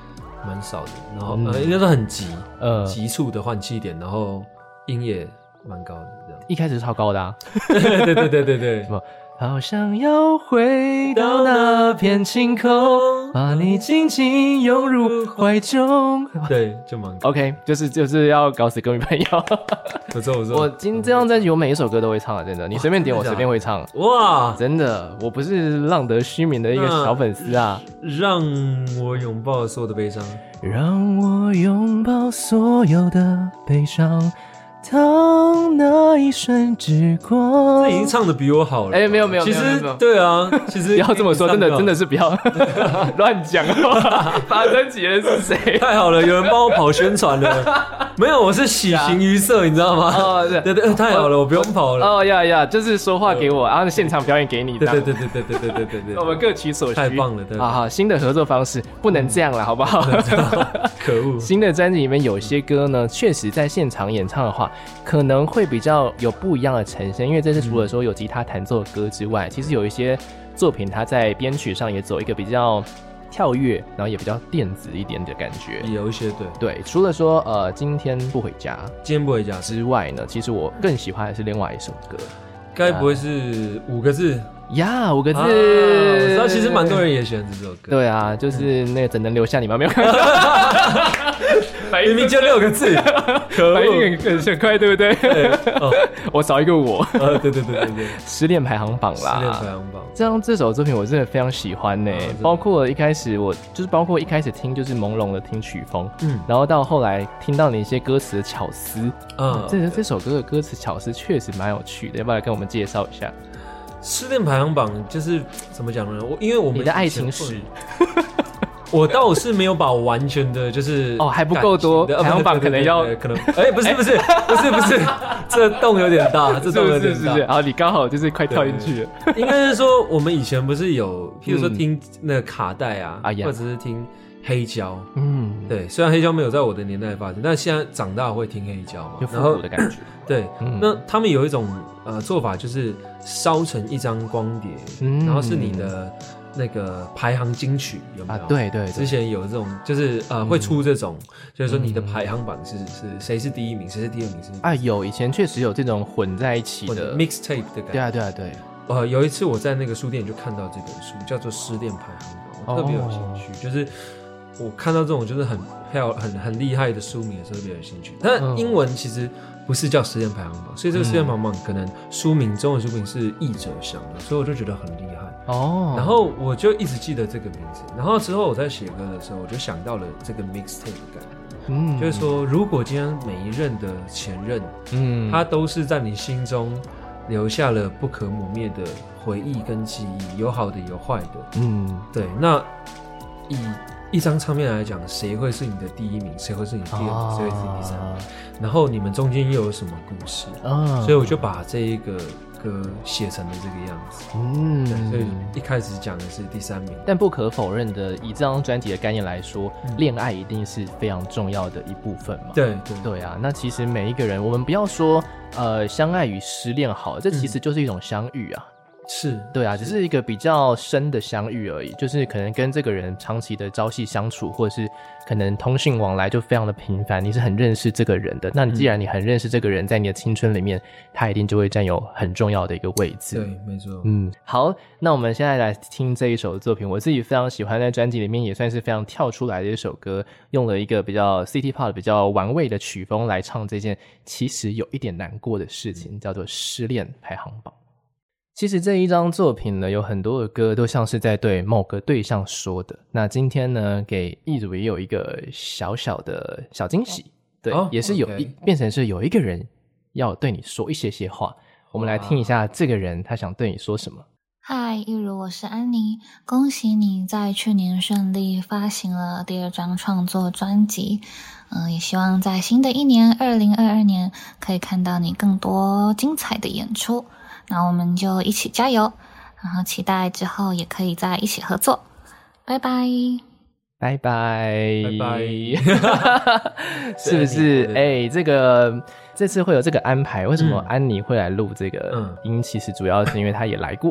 蛮少的，然后、嗯、呃应该说很急， 呃， 急促的换气点，然后音也蛮高的，这样。 一开始超高的啊， 对对对对对对， 什么？好想要回到那片晴空，把你紧紧拥入怀中。 对，就蛮 OK， 就是就是要搞死歌迷朋友。 不错不错， 我今这张专辑我每一首歌都会唱的，真的，你随便点我随便会唱。 哇， 真的，我不是浪得虚名的一个小粉丝啊。 让我拥抱所有的悲伤， 让我拥抱所有的悲伤。当那一瞬之光， 这已经唱的比我好了。 哎、欸，没有没有， 其实对啊，其实不要这么说，真的真的是不要乱讲话。发专辑人是谁？ 太好了，有人帮我跑宣传了。没有，我是喜形于色，你知道吗？ 哦， 对对对，太好了，我不用跑了。 哦呀呀，就是说话给我，然后现场表演给你。 对对对对对对对对对对， 我们各取所需。 太棒了，对。 啊好，新的合作方式不能这样了，好不好？ 可恶！ 新的专辑里面有些歌呢，确实在现场演唱的话，可能会比较有不一样的呈现，因为这次除了说有吉他弹奏的歌之外，其实有一些作品它在编曲上也走一个比较跳跃，然后也比较电子一点的感觉， 有一些对对。除了说呃今天不回家， 今天不回家之外呢，其实我更喜欢的是另外一首歌， 该不会是五个字呀？五个字，啊、 我知道其实蛮多人也喜欢这首歌。 对啊，就是那个怎能留下你吗？没有看到。 明明就六个字，可恶， 反应很很快，对不对？对哦、我少一个我。 呃，对对对对对， 失恋排行榜啦， 失恋排行榜。 这样这首作品我真的非常喜欢呢、欸，包括一开始我就是包括一开始听就是朦胧的听曲风，嗯，然后到后来听到你一些歌词的巧思，嗯，这这首歌的歌词巧思确实蛮有趣的，要不要来跟我们介绍一下？ 失恋排行榜就是怎么讲呢？我因为我们你的爱情史。 我倒是没有把完全的，就是哦还不够多，排行榜可能要可能，哎、欸，不是不是不是不是，这洞有点大，这洞有点大。是是是是， 然后你刚好就是快跳进去了。 应该是说我们以前不是有，譬如说听那个卡带啊，嗯、或者是听黑胶，嗯，对，虽然黑胶没有在我的年代发生，但现在长大会听黑胶嘛， 就复古的感觉。 对，嗯、那他们有一种呃做法，就是烧成一张光碟，嗯、然后是你的。那个排行金曲有没有？ 啊，对 对, 对， 之前有这种，就是呃、嗯、会出这种，就是说你的排行榜是是谁是第一名，谁是第二名，是啊，有以前确实有这种混在一起的 mixtape 的感觉。 对啊对啊对。 呃，有一次我在那个书店就看到这本书，叫做《失恋排行榜》，我特别有兴趣，哦、就是我看到这种就是很漂很很厉害的书名的时候特别有兴趣。但英文其实不是叫失恋排行榜，所以这个失恋排行榜可能书名中文书名是译者想的，所以我就觉得很厉害。哦，然后我就一直记得这个名字，然后之后我在写歌的时候，我就想到了这个 mixtape 的感觉，嗯，就是说，如果今天每一任的前任，嗯，他都是在你心中留下了不可磨灭的回忆跟记忆，有好的有坏的，嗯，对，那以一张唱片来讲，谁会是你的第一名，谁会是你第二名，谁、啊、会是你第三名，然后你们中间又有什么故事啊？所以我就把这一个歌写成了这个样子，嗯，所以一开始讲的是第三名。 但不可否认的，以这张专辑的概念来说，恋、嗯、爱一定是非常重要的一部分嘛。 对对对啊，那其实每一个人，我们不要说呃相爱与失恋好，这其实就是一种相遇啊。嗯是对啊，只是一个比较深的相遇而已，就是可能跟这个人长期的朝夕相处，或者是可能通讯往来就非常的频繁，你是很认识这个人的。那你既然你很认识这个人，在你的青春里面，他一定就会占有很重要的一个位置。 对，没错。 嗯，好，那我们现在来听这一首作品，我自己非常喜欢，在专辑里面也算是非常跳出来的一首歌，用了一个比较 City Pop 比较玩味的曲风来唱这件其实有一点难过的事情，叫做失恋排行榜。其实这一张作品呢，有很多的歌都像是在对某个对象说的。那今天呢，给易主也有一个小小的小惊喜，对，哦、也是有一、okay. 变成是有一个人要对你说一些些话。我们来听一下这个人他想对你说什么。 嗨，一如，我是安妮，恭喜你在去年顺利发行了第二张创作专辑。嗯、呃，也希望在新的一年二零二二年可以看到你更多精彩的演出。那我们就一起加油，然后期待之后也可以再一起合作。拜拜， 拜拜， 拜拜， 是不是？哎、欸，这个这次会有这个安排，为什么安妮会来录这个音？嗯、其实主要是因为她也来过。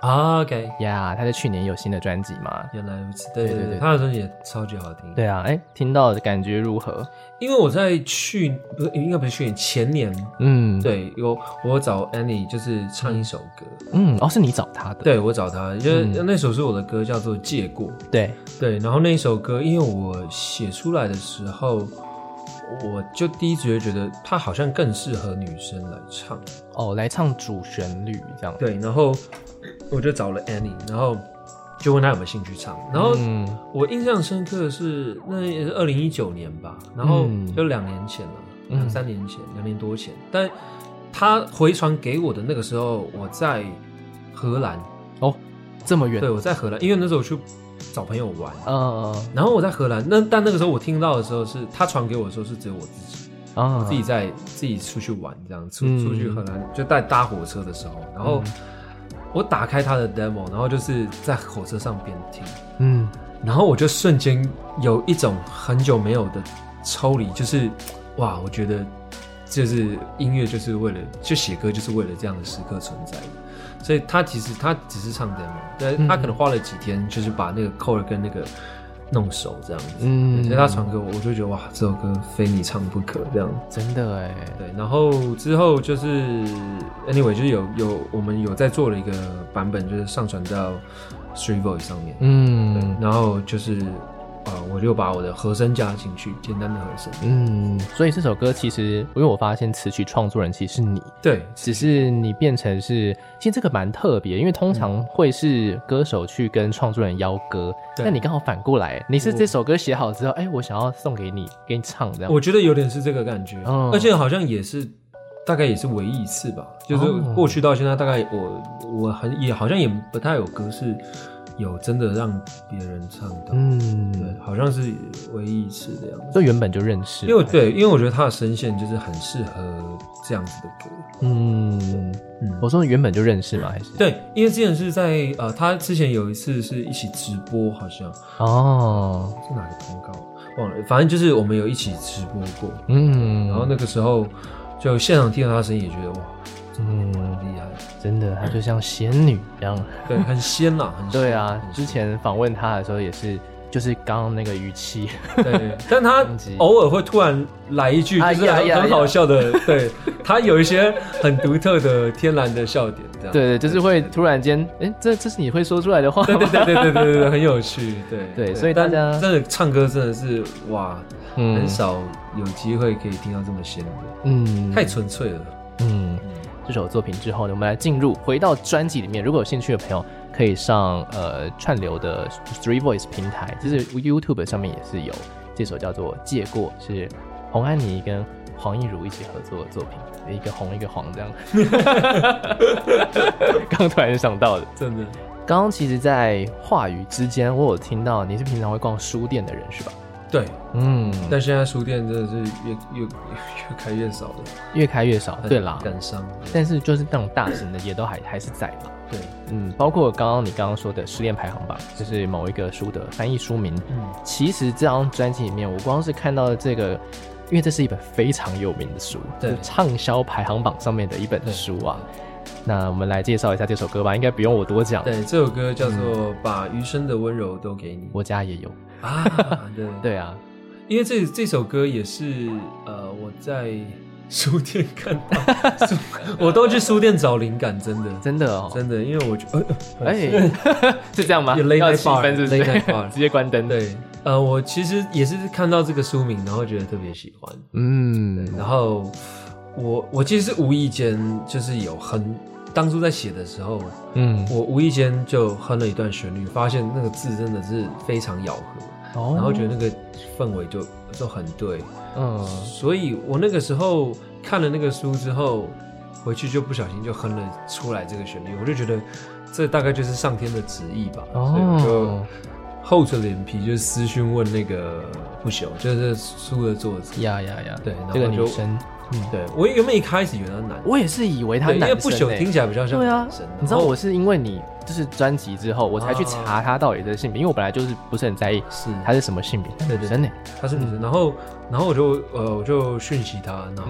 啊 ，OK， 呀，他在去年有新的专辑嘛？ 原来如此，对对 对, 对，他的专辑也超级好听。 对啊，哎，听到的感觉如何？ 因为我在去不是应该不是去年前年，嗯，对，有我找 Annie 就是唱一首歌， 嗯，哦，是你找他的？ 对，我找他，因为那首是我的歌，叫做《借过》。 对对，然后那一首歌，因为我写出来的时候，我就第一直觉觉得它好像更适合女生来唱。 哦，来唱主旋律这样。 对，然后我就找了 Annie， 然后就问他有没有兴趣唱。然后我印象深刻的是，那也是二零一九年吧，然后就两年前了，两、嗯、三年前，两年多前。但他回传给我的那个时候，我在荷兰。 哦，这么远？ 对，我在荷兰，因为那时候我去找朋友玩。嗯嗯嗯。 然后我在荷兰，那但那个时候我听到的时候是，他传给我的时候是只有我自己。啊、我自己在自己出去玩，这样出、嗯、出去荷兰就在搭火车的时候，然后我打开他的 demo， 然后就是在火车上边听，嗯，然后我就瞬间有一种很久没有的抽离，就是哇，我觉得就是音乐就是为了就写歌就是为了这样的时刻存在的，所以他其实他只是唱 demo， 对、嗯、他可能花了几天就是把那个 chord 跟那个弄熟这样子，嗯，所以他传给我，我就觉得哇，这首歌非你唱不可，这样真的哎， 对。然后之后就是 anyway， 就是有有我们有在做了一个版本，就是上传到 Street Voice 上面，嗯，然后就是呃，我就把我的和声加进去，简单的和声， 嗯，所以这首歌其实，因为我发现词曲创作人其实是你， 对， 只是你变成是，其实这个蛮特别，因为通常会是歌手去跟创作人邀歌，但你刚好反过来，你是这首歌写好之后，哎、欸，我想要送给你，给你唱这样， 我觉得有点是这个感觉，嗯，而且好像也是。大概也是唯一一次吧，就是过去到现在，大概我我很也好像也不太有歌是有真的让别人唱到，嗯，对，好像是唯一一次这样子。 就原本就认识， 因为对，因为我觉得他的声线就是很适合这样子的歌。嗯嗯，我说原本就认识吗？还是对，因为之前是在呃，他之前有一次是一起直播，好像哦，是哪个通告忘了，反正就是我们有一起直播过，嗯，然后那个时候。就现场听到他的声音，也觉得哇，嗯，厉害， 真的，他就像仙女一样， 对，很仙啦，很仙对啊。之前访问他的时候也是，就是刚刚那个语气， 对，但他偶尔会突然来一句，就是很好笑的，对，他有一些很独特的天然的笑点，这样， 对对，就是会突然间，哎，这这是你会说出来的话吗？ 对对对对对对对，很有趣，对对，所以大家真的唱歌真的是哇。嗯、很少有机会可以听到这么仙的，嗯，太纯粹了， 嗯。这首作品之后呢，我们来进入回到专辑里面。如果有兴趣的朋友，可以上呃串流的 Street Voice 平台，就是 YouTube 上面也是有这首叫做《借过》，是洪安妮跟黄义儒一起合作的作品，一个红一个黄这样。刚突然想到的， 真的。 刚刚其实，在话语之间，我有听到你是平常会逛书店的人是吧？ 对，嗯，但现在书店真的是越越越开越少了， 越开越少。对啦， 感伤。 但是就是那种大型的也都还还是在嘛。 对， 嗯，包括刚刚你刚刚说的失恋排行榜，就是某一个书的翻译书名。嗯，其实这张专辑里面，我光是看到这个，因为这是一本非常有名的书，对，畅销排行榜上面的一本书啊。那我们来介绍一下这首歌吧，应该不用我多讲。 对，这首歌叫做《把余生的温柔都给你》， 我家也有啊。对对啊， 因为这这首歌也是呃我在书店看到，我都去书店找灵感，真的真的哦， 真的，因为我觉得哎、欸，是这样吗？ 要气氛是不是？直接关灯。 对，呃，我其实也是看到这个书名，然后觉得特别喜欢，嗯，然后。我我其实是无意间就是有哼，当初在写的时候，嗯，我无意间就哼了一段旋律，发现那个字真的是非常咬合，哦，然后觉得那个氛围就就很对，嗯，所以我那个时候看了那个书之后，回去就不小心就哼了出来这个旋律，我就觉得这大概就是上天的旨意吧，哦，所以我就厚着脸皮就私讯问那个不朽，就是书的作者， 呀呀呀， 对，然后这个女生。 嗯，对，我原本一开始以为他是男的， 我也是以为他是男生、欸， 因为不朽听起来比较像男生。 对啊，你知道我是因为你就是专辑之后，我才去查他到底的性别，因为我本来就是不是很在意是他是什么性别， 对对， 女生呢， 他是女生。然后，然后我就呃我就讯息他，然后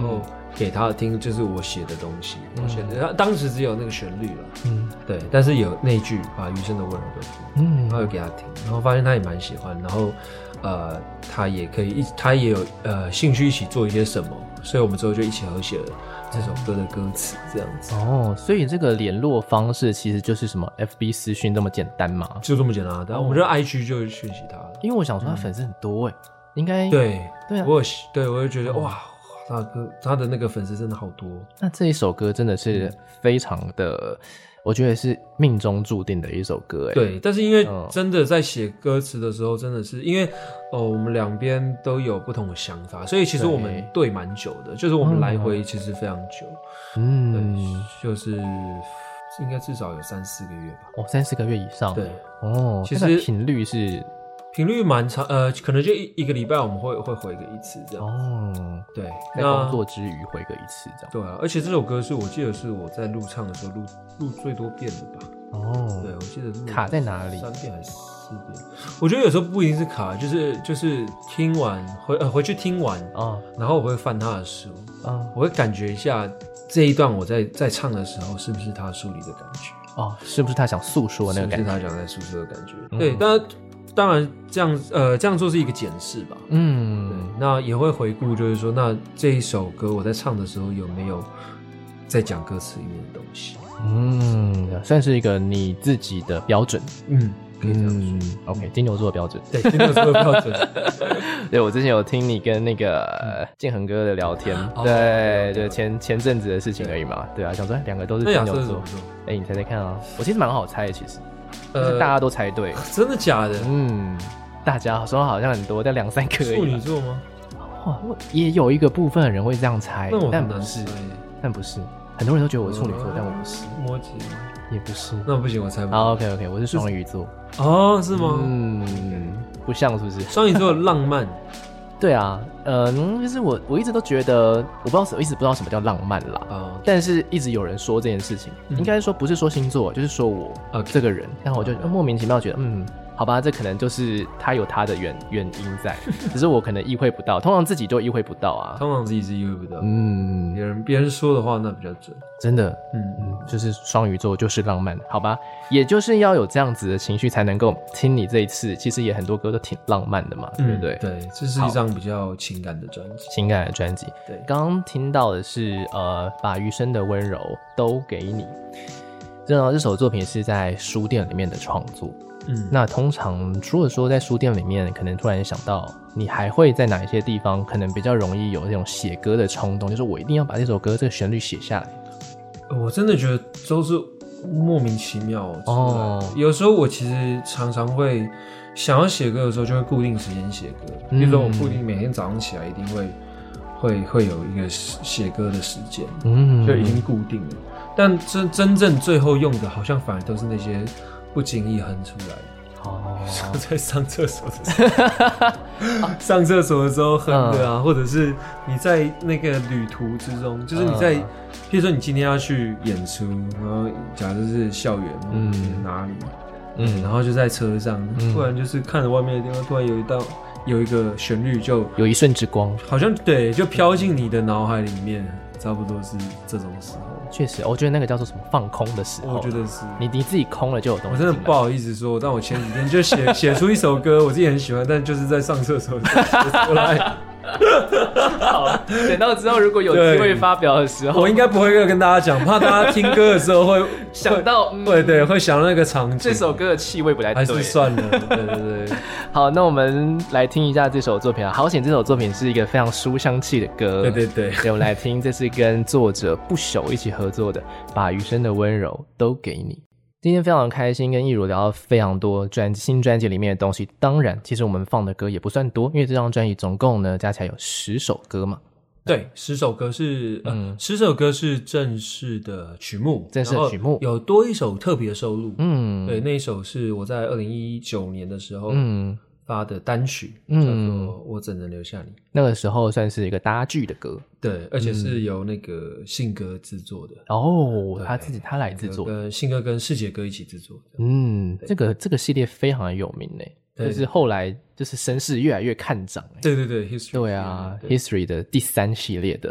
给他听，就是我写的东西，我写的，他当时只有那个旋律了， 嗯， 对，但是有那句把余生的温柔都听，嗯，然后有给他听，然后发现他也蛮喜欢，然后呃，他也可以一，他也有呃兴趣一起做一些什么，所以我们之后就一起合写了这首歌的歌词，这样子。 哦，所以这个联络方式其实就是什么 F B 私讯这么简单吗？ 就这么简单啊，但我们就 I G 就讯息他了， 因为我想说他粉丝很多哎、欸，应该对对啊， 我对我就觉得、嗯、哇。他歌他的那个粉丝真的好多， 那这一首歌真的是非常的，嗯、我觉得是命中注定的一首歌哎。 对，但是因为真的在写歌词的时候，真的是因为哦，我们两边都有不同的想法，所以其实我们对蛮久的，就是我们来回其实非常久，嗯，对，就是应该至少有三四个月吧， 哦，三四个月以上， 对， 哦，其实频率是。 频率蛮长，呃，可能就一一个礼拜我们会会回个一次这样。哦，对， 在工作之余回个一次这样。 对啊，而且这首歌是我记得是我在录唱的时候录录最多遍的吧。哦，对，我记得录卡在哪里？ 三遍还是四遍？我觉得有时候不一定是卡，就是就是听完回呃回去听完啊，哦、然后我会翻他的书啊，哦、我会感觉一下这一段我在在唱的时候是不是他书里的感觉哦，是不是他想诉说的那个感觉？ 是不是他想在诉说的感觉？嗯、对，但。当然，这样呃，这样做是一个检视吧。嗯，对，那也会回顾，就是说，那这一首歌我在唱的时候有没有在讲歌词里面的东西？ 嗯，算是一个你自己的标准。嗯，可以这样说。嗯 OK， 金牛座的标准。 对，金牛座的标准。 对，我之前有听你跟那个建恒哥的聊天，嗯、对、哦、对，前前阵子的事情而已嘛。对啊，想说两个都是金牛座。哎，你猜猜看啊，我其实蛮好猜的，其实。呃，大家都猜对， 真的假的？ 嗯，大家说好像很多，但两三个而已。 处女座吗？ 哇，也有一个部分的人会这样猜， 那我但不是，但不是，很多人都觉得我是处女座，呃、但我不是。 摩羯也不是， 那不行，我猜不到。 好 ，OK OK， 我是双鱼座。 哦，是吗？ 嗯，不像是不是？ 双鱼座浪漫。 对啊，呃，就是我我一直都觉得，我不知道，我一直不知道什么叫浪漫啦。哦、但是一直有人说这件事情，嗯、应该说不是说星座，就是说我、okay. 这个人，然后我就莫名其妙觉得，嗯，好吧，这可能就是他有他的原原因在，只是我可能意会不到，通常自己就意会不到啊， 通常自己是意会不到，嗯，别人别人说的话那比较准， 真的，嗯嗯，就是双鱼座就是浪漫，好吧，也就是要有这样子的情绪才能够听你这一次，其实也很多歌都挺浪漫的嘛，嗯、对不对？ 对，这是一张比较情感的专辑， 情感的专辑，对，刚刚听到的是呃，把余生的温柔都给你，这这首作品是在书店里面的创作。嗯，那通常除了说在书店里面可能突然想到，你还会在哪一些地方可能比较容易有那种写歌的冲动，就是我一定要把这首歌这个旋律写下来？ 我真的觉得都是莫名其妙哦。有时候我其实常常会想要写歌的时候，就会固定时间写歌，比如说我固定每天早上起来一定会会会有一个写歌的时间，嗯，就已经固定了。但真真正最后用的，好像反而都是那些不经意哼出来的。哦，在上厕所的时候，上厕所的时候哼的啊，嗯、或者是你在那个旅途之中，就是你在，嗯、譬如说你今天要去演出，然后假设是校园，嗯，哪里，嗯，然后就在车上，嗯、突然就是看着外面的地方，突然有一道有一个旋律就，就有一瞬之光， 好像对，就飘进你的脑海里面，差不多是这种时候。 确实，我觉得那个叫做什么放空的时候， 我觉得是你你自己空了就有东西。 我真的不好意思说，但我前几天就写写出一首歌，我自己很喜欢，但就是在上厕所写出来。 好，等到之后如果有机会发表的时候， 我应该不会跟大家讲，怕大家听歌的时候会想到， 嗯、对对，会想到那个场景。 这首歌的气味不太对， 还是算了。对对对。 好，那我们来听一下这首作品啊。好险，这首作品是一个非常书香气的歌。 对对对。 对，我们来听，这是跟作者不朽一起合作的《把余生的温柔都给你》。今天非常开心，跟一如聊到非常多专新专辑里面的东西。当然，其实我们放的歌也不算多，因为这张专辑总共呢加起来有十首歌嘛。 对，十首歌是嗯，十首歌是正式的曲目， 正式的曲目有多一首特别收录。嗯，对，那一首是我在二零一九年的时候嗯发的单曲，嗯，叫做《我怎能留下你》。 那个时候算是一个搭剧的歌， 对，而且是由那个信哥制作的。 哦，他自己他来制作， 跟信哥跟世杰哥一起制作的。 嗯，这个这个系列非常的有名呢。就是后来就是声势越来越看涨， 对对对 ，History 对啊 ，History 的第三系列的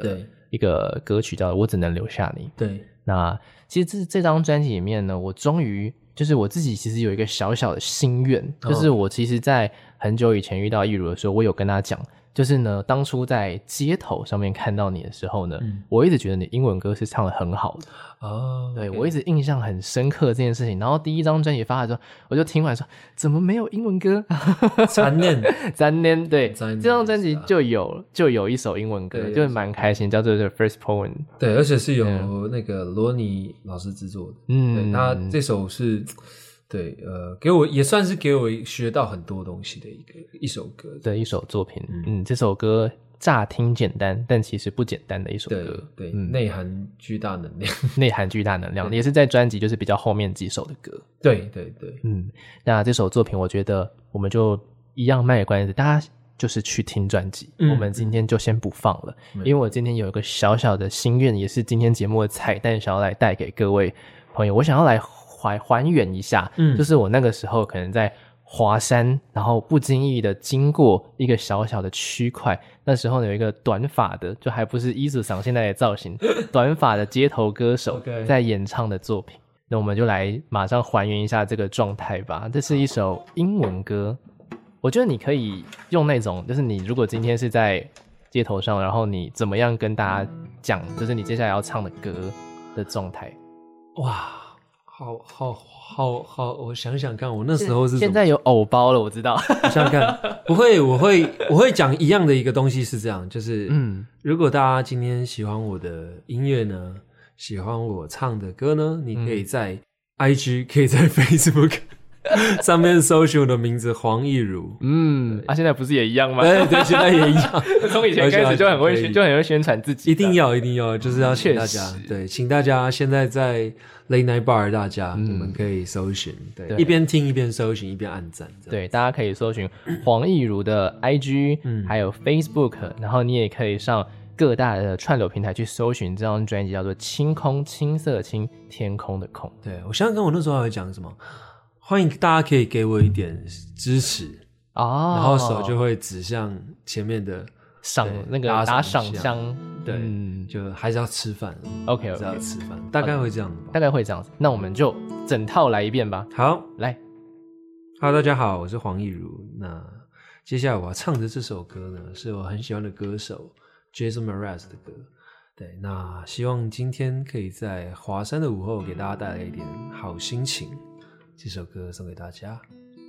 一个歌曲叫《我只能留下你》。 对， 那其实这这张专辑里面呢，我终于就是我自己其实有一个小小的心愿，就是我其实在很久以前遇到易如的时候，我有跟他讲，就是呢当初在街头上面看到你的时候呢、嗯、我一直觉得你英文歌是唱得很好的哦，对、okay. 我一直印象很深刻这件事情。然后第一张专辑发的时候，我就听完说怎么没有英文歌？ 残念残念，对，这张专辑就有就有一首英文歌，就蛮开心，叫做 The First Poem。 对，而且是由那个罗尼老师制作的。嗯，对，他这首是对呃给我也算是给我学到很多东西的一个一首歌的一首作品。 嗯, 嗯，这首歌乍听简单，但其实不简单的一首歌。 对对、嗯、内含巨大能量， 内含巨大能量，也是在专辑就是比较后面几首的歌。 对对对， 嗯，那这首作品我觉得我们就一样卖关子，大家就是去听专辑、嗯、我们今天就先不放了、嗯、因为我今天有一个小小的心愿，也是今天节目的彩蛋，想要来带给各位朋友。我想要来还还原一下、嗯、就是我那个时候可能在华山，然后不经意的经过一个小小的区块，那时候有一个短发的，就还不是伊祖桑现在的造型，短发的街头歌手在演唱的作品。那我们就来马上还原一下这个状态吧。这是一首英文歌，我觉得你可以用那种，就是你如果今天是在街头上，然后你怎么样跟大家讲，就是你接下来要唱的歌的状态。 哇，好好好好，我想想看，我那时候是现在有偶包了，我知道。 我想想看，不会，我会我会讲一样的一个东西是这样，就是嗯，如果大家今天喜欢我的音乐呢，喜欢我唱的歌呢，你可以在 I G、嗯、可以在 Facebook 上面搜寻我的名字黄义儒。 嗯，啊，现在不是也一样吗？ 对对，现在也一样。 从以前开始就很会宣，就很会宣传自己。 一定要，一定要，就是要请大家，对，请大家现在在 Late Night Bar 大家，嗯、我们可以搜寻，对，对，一边听一边搜寻，一边按赞。 对，大家可以搜寻黄义儒的 I G，嗯，还有 Facebook， 然后你也可以上各大的串流平台去搜寻这张专辑，叫做《青空》，青色青，天空的空。 对，我想想看，我那时候还会讲什么？欢迎大家可以给我一点支持哦，然后手就会指向前面的赏那个打赏箱， 对、嗯，就还是要吃饭 ，OK， 还是要吃饭，大概会这样吧， 大概会这样子。那我们就整套来一遍吧。 好， 来 ，Hello， 大家好，我是黄义儒。那接下来我要唱的这首歌呢，是我很喜欢的歌手 Jason Mraz 的歌。对，那希望今天可以在华山的午后给大家带来一点好心情。这首歌送给大家。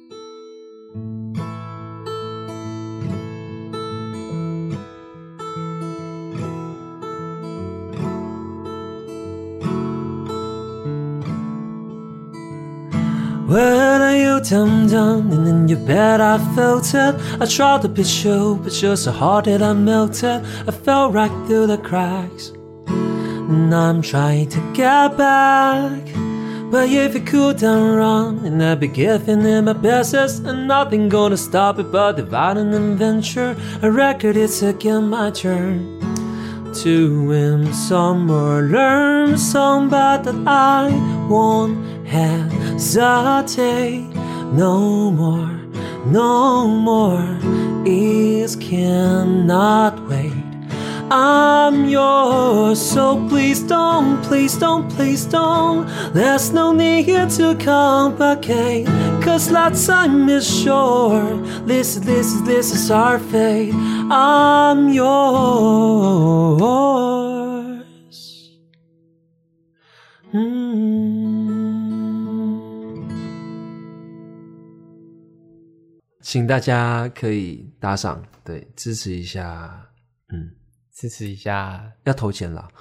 When you come down and in your bed I felt it. I tried to be you, but you're so hard that I melted. I fell right through the cracks, and I'm trying to get back. But if you cool down run, and I'd be giving it my best, and nothing gonna stop it but divide an adventure. A record, it's again my turn to win some or learn some, but that I won't hesitate no more, no more. It cannot wait. I'm yours, so please don't, please don't, please don't. There's no need here to complicate, cause last time is short. This, this, this is our fate. I'm yours. Mm. 请大家可以打赏，对，支持一下，嗯。 支持一下， 要投钱啦，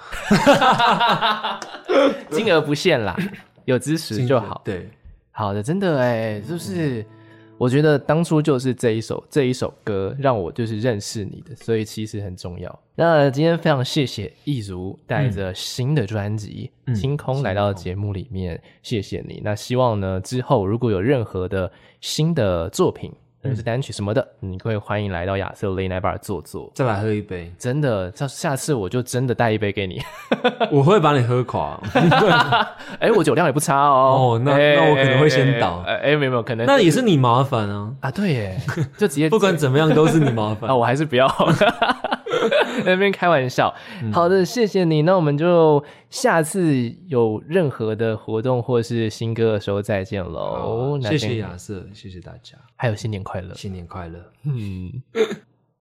金额不限啦，有支持就好。 对， 好的，真的哎，就是我觉得当初就是这一首这一首歌让我就是认识你的，所以其实很重要。那今天非常谢谢易如带着新的专辑《星空》来到节目里面，嗯、谢谢你。那希望呢之后如果有任何的新的作品。可能是单曲什么的，你会欢迎来到亚瑟 Late Night Bar 坐坐， 再来喝一杯。 真的，下次我就真的带一杯给你。 我会把你喝垮。 哎、欸，我酒量也不差哦。 哦，那、欸、那我可能会先倒。 哎、欸欸，没有没有，可能那也是你麻烦啊。 啊，对耶，就直接不管怎么样都是你麻烦啊，我还是不要。 那边开玩笑。好的，谢谢你。那我们就下次有任何的活动或是新歌的时候再见喽。 谢谢亚瑟，谢谢大家， 还有新年快乐， 新年快乐。 嗯。